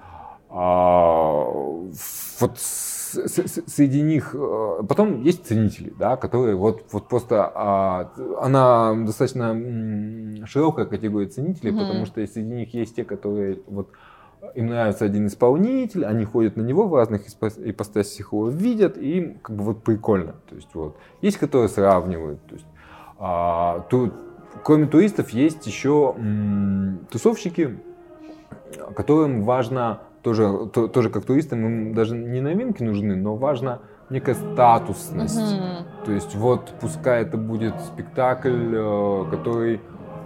вот среди них, потом есть ценители, да, которые вот, вот просто, она достаточно широкая категория ценителей, mm-hmm. потому что среди них есть те, которые вот им нравится один исполнитель, они ходят на него в разных ипостасях, его видят, и им как бы вот прикольно. То есть, вот. Есть, которые сравнивают. То есть, а, тут, кроме туристов, есть еще м, тусовщики, которым важно, тоже, то, тоже как туристам, им даже не новинки нужны, но важна некая статусность. Uh-huh. То есть, вот пускай это будет спектакль, который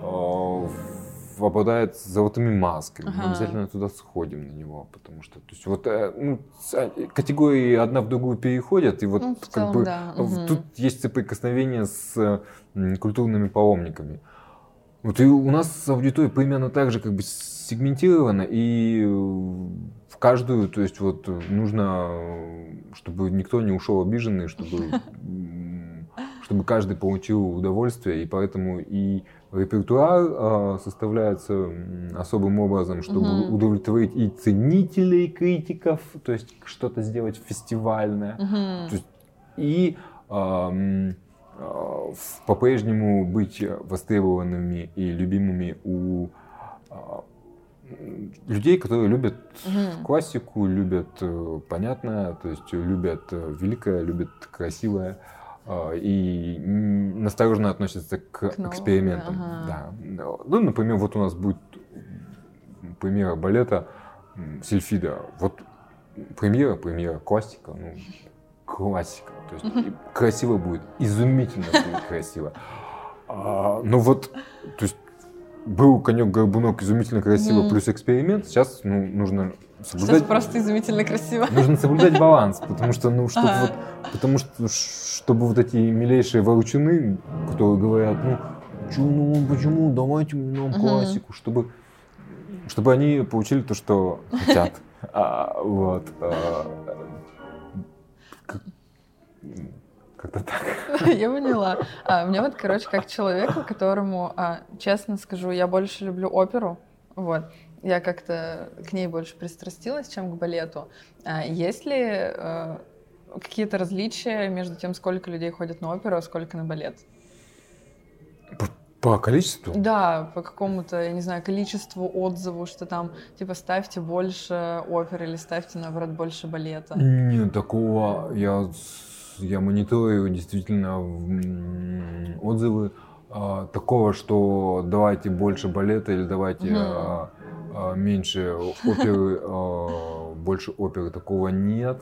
обладает золотыми масками, ага. мы обязательно туда сходим на него, потому что, то есть вот ну, категории одна в другую переходят, и вот ну, как целом, бы да. тут угу. есть соприкосновение с культурными паломниками. Вот и у нас аудитория примерно так же как бы сегментирована, и в каждую, то есть вот нужно, чтобы никто не ушел обиженный, чтобы, чтобы каждый получил удовольствие, и поэтому и репертуар э, составляется особым образом, чтобы uh-huh. удовлетворить и ценителей, и критиков, то есть что-то сделать фестивальное, uh-huh. то есть, и э, э, по-прежнему быть востребованными и любимыми у э, людей, которые любят uh-huh. классику, любят э, понятное, то есть любят э, великое, любят красивое. И настороженно относятся к, к экспериментам. Ага. Да. Ну, например, вот у нас будет премьера балета Сильфида. Вот премьера, премьера, классика, ну, классика. То есть uh-huh. красиво будет, изумительно будет красиво. А, но вот, то есть был конек-горбунок изумительно красиво mm. плюс эксперимент. Сейчас ну, нужно соблюдать... Сейчас просто изумительно красиво. Нужно соблюдать баланс, потому что, ну, чтобы ага. вот, потому что, чтобы вот эти милейшие ворчуны, которые говорят, ну, почему, почему, давайте нам uh-huh. классику, чтобы, чтобы они получили то, что хотят. А, вот. А, как, как-то так. Я поняла. А, мне вот, короче, как человеку, которому, а, честно скажу, я больше люблю оперу, вот. Я как-то к ней больше пристрастилась, чем к балету. А есть ли э, какие-то различия между тем, сколько людей ходят на оперу, а сколько на балет? По, по количеству? Да, по какому-то, я не знаю, количеству отзывов, что там, типа, ставьте больше оперы или ставьте, наоборот, больше балета. Нет, такого я, я мониторю действительно отзывы. А, такого, что давайте больше балета или давайте... Угу. А, меньше оперы, больше оперы, такого нет.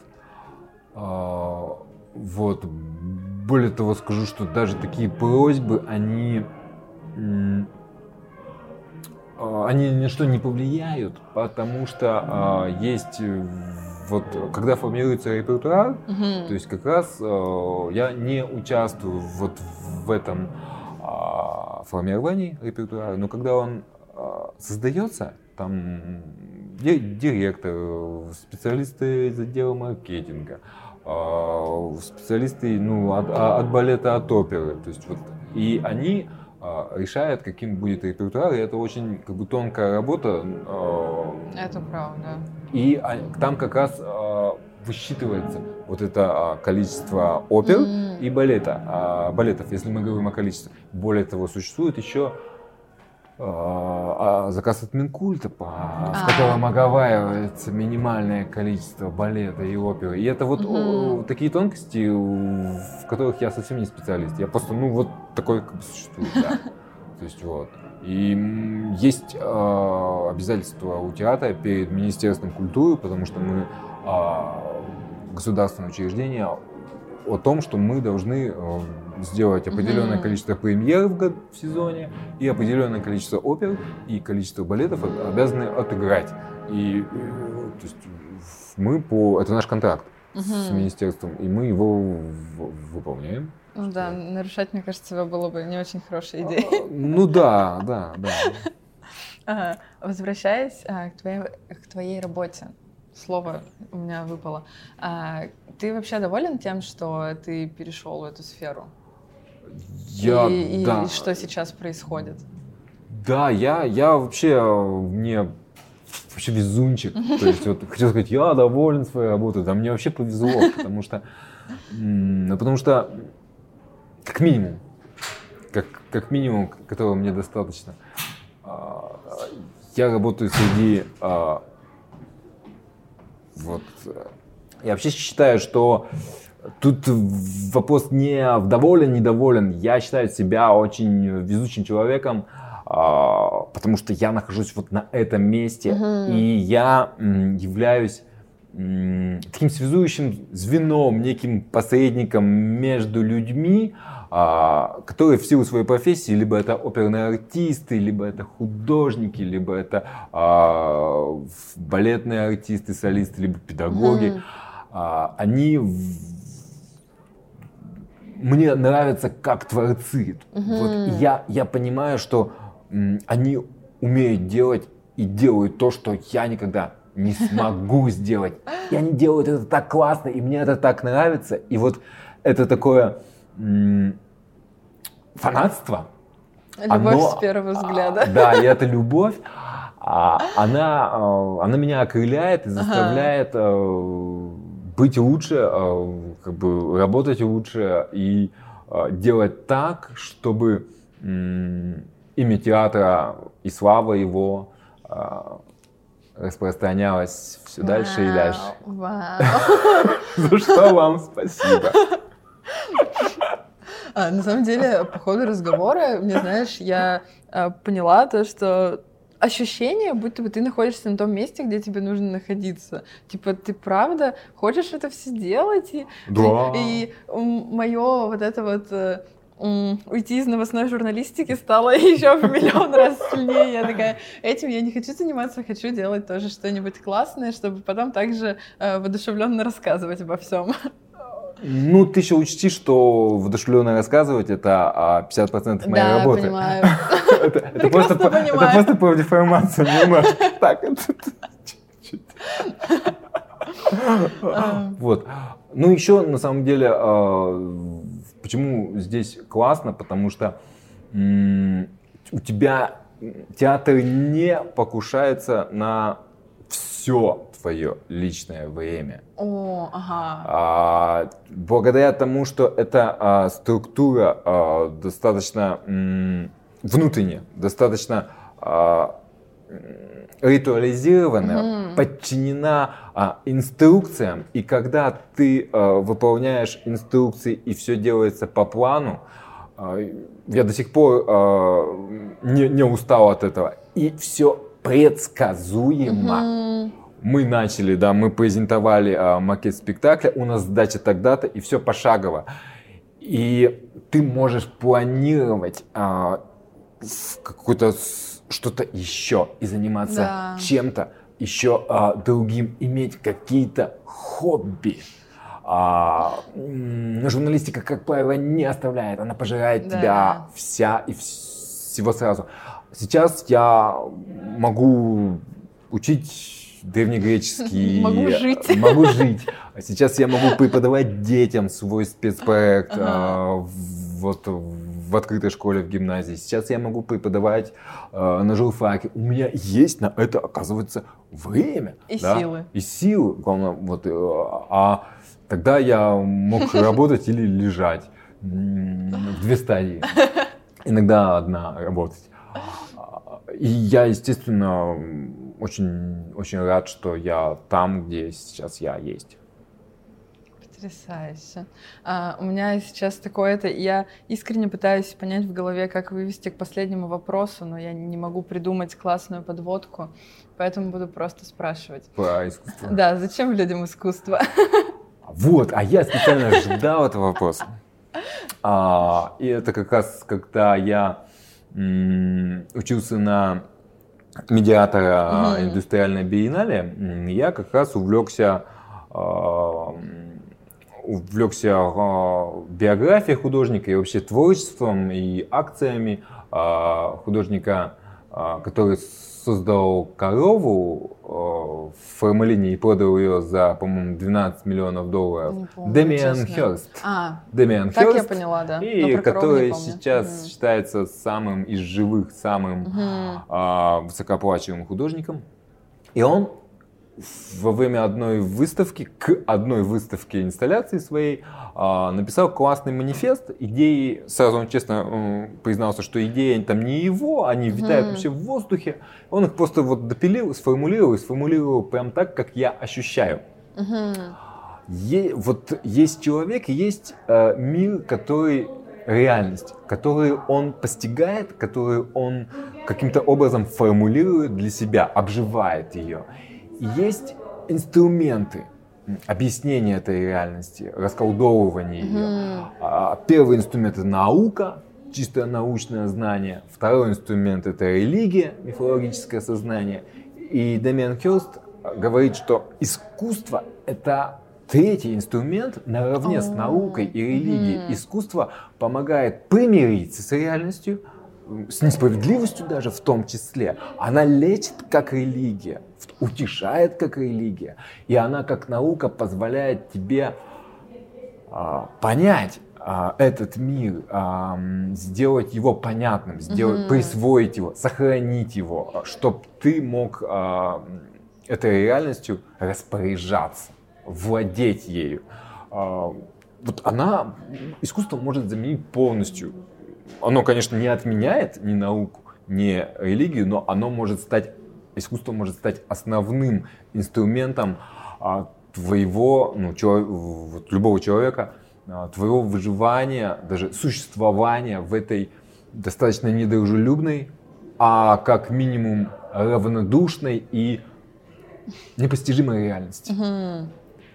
Вот. Более того, скажу, что даже такие просьбы, они, они ни на что не повлияют, потому что есть, вот, когда формируется репертуар, uh-huh. то есть как раз я не участвую вот в этом формировании репертуара, но когда он создается, там директор, специалисты из отдела маркетинга, специалисты ну, от, от балета, от оперы. То есть, вот, и они решают, каким будет репертуар, и это очень как бы, тонкая работа. Это правда. И там как раз высчитывается вот это количество опер mm-hmm. и балета, балетов, если мы говорим о количестве. Более того, существует еще а, заказ от Минкульта, по, в котором оговаривается минимальное количество балета и оперы. И это вот угу. такие тонкости, в которых я совсем не специалист. Я просто, ну, вот такой как бы существую, да. То есть вот. И есть э, обязательства у театра перед Министерством культуры, потому что мы э, государственное учреждение, о том, что мы должны э, сделать определенное mm-hmm. количество премьер в, год, в сезоне и определенное количество опер и количество балетов обязаны отыграть. И э, то есть мы по это наш контракт mm-hmm. с министерством, и мы его в, выполняем. Ну да, нарушать, мне кажется, было бы не очень хорошей идеей. Ну да, да, да. Ага. Возвращаясь а, к, твоей, к твоей работе, слово у меня выпало. А, ты вообще доволен тем, что ты перешел в эту сферу? Я, и, да. И что сейчас происходит? Да, я, я вообще, мне вообще везунчик. То есть вот хотел сказать, я доволен своей работой, да мне вообще повезло, потому что, ну, потому что как минимум, как, как минимум, которого мне достаточно, я работаю среди, вот, я вообще считаю, что тут вопрос не в доволен, недоволен, я считаю себя очень везучим человеком, потому что я нахожусь вот на этом месте, uh-huh. и я являюсь таким связующим звеном, неким посредником между людьми, которые в силу своей профессии, либо это оперные артисты, либо это художники, либо это балетные артисты, солисты, либо педагоги, mm-hmm. они мне нравятся как творцы. Mm-hmm. Вот я, я понимаю, что они умеют делать и делают то, что я никогда не смогу сделать. И они делают это так классно, и мне это так нравится. И вот это такое м- фанатство. Любовь оно, с первого взгляда. Да, и эта любовь, она, она меня окрыляет и заставляет ага. быть лучше, как бы работать лучше и делать так, чтобы имя театра и слава его распространялась все дальше вау, и дальше. Вау. За что вам спасибо. А, на самом деле, по ходу разговора, мне, знаешь, я а, поняла то, что ощущение, будто бы ты находишься на том месте, где тебе нужно находиться. Типа, ты правда хочешь это все делать? И, да. И, и мое вот это вот... уйти из новостной журналистики стало еще в миллион раз сильнее. Я такая, этим я не хочу заниматься, хочу делать тоже что-нибудь классное, чтобы потом также э, воодушевленно рассказывать обо всем. Ну, ты еще учти, что воодушевленно рассказывать — это пятьдесят процентов моей да, работы. Да, понимаю. Это просто про деформацию немножко. Так, это чуть-чуть. Вот. Ну, еще, на самом деле, почему здесь классно, потому что м- у тебя театр не покушается на все твое личное время. О, ага. А, благодаря тому, что эта а, структура а, достаточно м- внутренняя, достаточно а, ритуализирована, mm-hmm. подчинена а, инструкциям, и когда ты а, выполняешь инструкции и все делается по плану, а, я до сих пор а, не, не устал от этого, и все предсказуемо. Mm-hmm. Мы начали, да, мы презентовали а, макет спектакля, у нас сдача тогда-то, и все пошагово. И ты можешь планировать а, какой-то что-то еще и заниматься да. чем-то еще а, другим, иметь какие-то хобби. А, журналистика, как правило, не оставляет, она пожирает да. тебя вся и всего сразу. Сейчас я могу учить древнегреческий, могу жить. могу жить. Сейчас я могу преподавать детям свой спецпроект ага. а, вот в открытой школе, в гимназии. Сейчас я могу преподавать э, на журфаке. У меня есть на это, оказывается, время. И да? силы. И силы. Главное, вот, э, а тогда я мог работать или лежать. В две стадии. Иногда одна работать. И я, естественно, очень, очень рад, что я там, где сейчас я есть. Потрясающе. А, у меня сейчас такое-то, я искренне пытаюсь понять в голове, как вывести к последнему вопросу, но я не могу придумать классную подводку, поэтому буду просто спрашивать. Про искусство? Да, зачем людям искусство? Вот, а я специально ждал этого вопроса. А, и это как раз, когда я м, учился на медиатора mm-hmm. индустриальной биеннале, я как раз увлекся а, увлекся э, биографией художника и вообще творчеством и акциями э, художника, э, который создал корову э, в формалине и продал ее за, по-моему, двенадцать миллионов долларов. Дэмиан Хёрст. А, Дэмиан так Хёрст, я поняла, да. И который сейчас mm. считается самым из живых, самым mm-hmm. э, высокооплачиваемым художником. И он во время одной выставки, к одной выставке инсталляции своей, э, написал классный манифест. Идеи, сразу он честно э, признался, что идеи там не его, они витают mm-hmm. вообще в воздухе. Он их просто вот допилил, сформулировал и сформулировал прям так, как я ощущаю. Mm-hmm. Е- вот есть человек, есть э, мир, который реальность, которую он постигает, которую он каким-то образом формулирует для себя, обживает ее. Есть инструменты объяснения этой реальности, расколдовывания ее. Mm-hmm. Первый инструмент — это наука, чисто научное знание. Второй инструмент — это религия, мифологическое сознание. И Дэмиан Хёрст говорит, что искусство — это третий инструмент наравне oh. с наукой и религией. Mm-hmm. Искусство помогает примириться с реальностью, с несправедливостью даже в том числе. Она лечит как религия, утешает как религия. И она как наука позволяет тебе а, понять а, этот мир, а, сделать его понятным, сделать, mm-hmm. присвоить его, сохранить его, чтобы ты мог а, этой реальностью распоряжаться, владеть ею. А, вот она, искусство может заменить полностью. Оно, конечно, не отменяет ни науку, ни религию, но оно может стать, искусство может стать основным инструментом а, твоего, ну, человек, вот, любого человека, а, твоего выживания, даже существования в этой достаточно недружелюбной, а как минимум равнодушной и непостижимой реальности. Mm-hmm.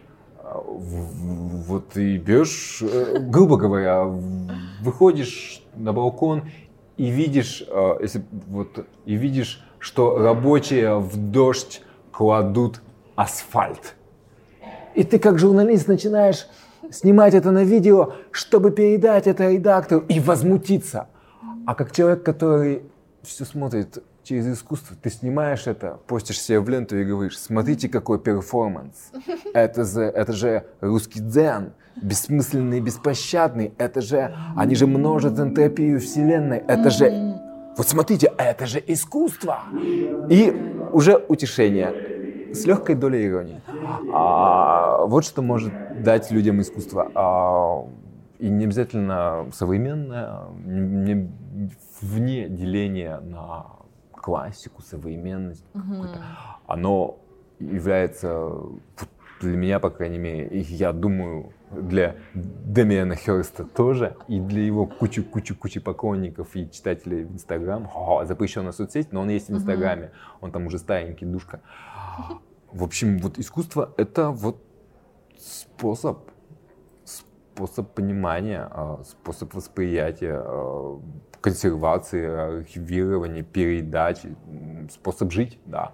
Вот и берешь, грубо говоря, выходишь на балкон и видишь, если, вот, и видишь, что рабочие в дождь кладут асфальт. И ты как журналист начинаешь снимать это на видео, чтобы передать это редактору и возмутиться. А как человек, который все смотрит через искусство, ты снимаешь это, постишь себе в ленту и говоришь: смотрите, какой перформанс. Это же, это же русский дзен, бессмысленный и беспощадный. Это же, они же множат энтропию вселенной. Это же, вот смотрите, это же искусство. И уже утешение с легкой долей иронии. А, вот что может дать людям искусство. А, и не обязательно современное, не, не, вне деления на классику, современность, mm-hmm. оно является, для меня, по крайней мере, и я думаю, для Дэмиана Хёрста тоже, и для его кучи-кучи-кучи поклонников и читателей в Инстаграм. Запрещенная соцсеть, но он есть в Инстаграме, mm-hmm. он там уже старенький, душка. В общем, вот искусство — это вот способ, способ понимания, способ восприятия, консервации, архивирования, передачи, способ жить, да,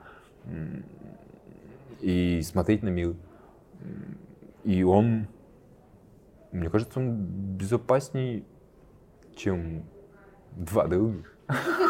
и смотреть на мир. И он, мне кажется, он безопасней, чем два других.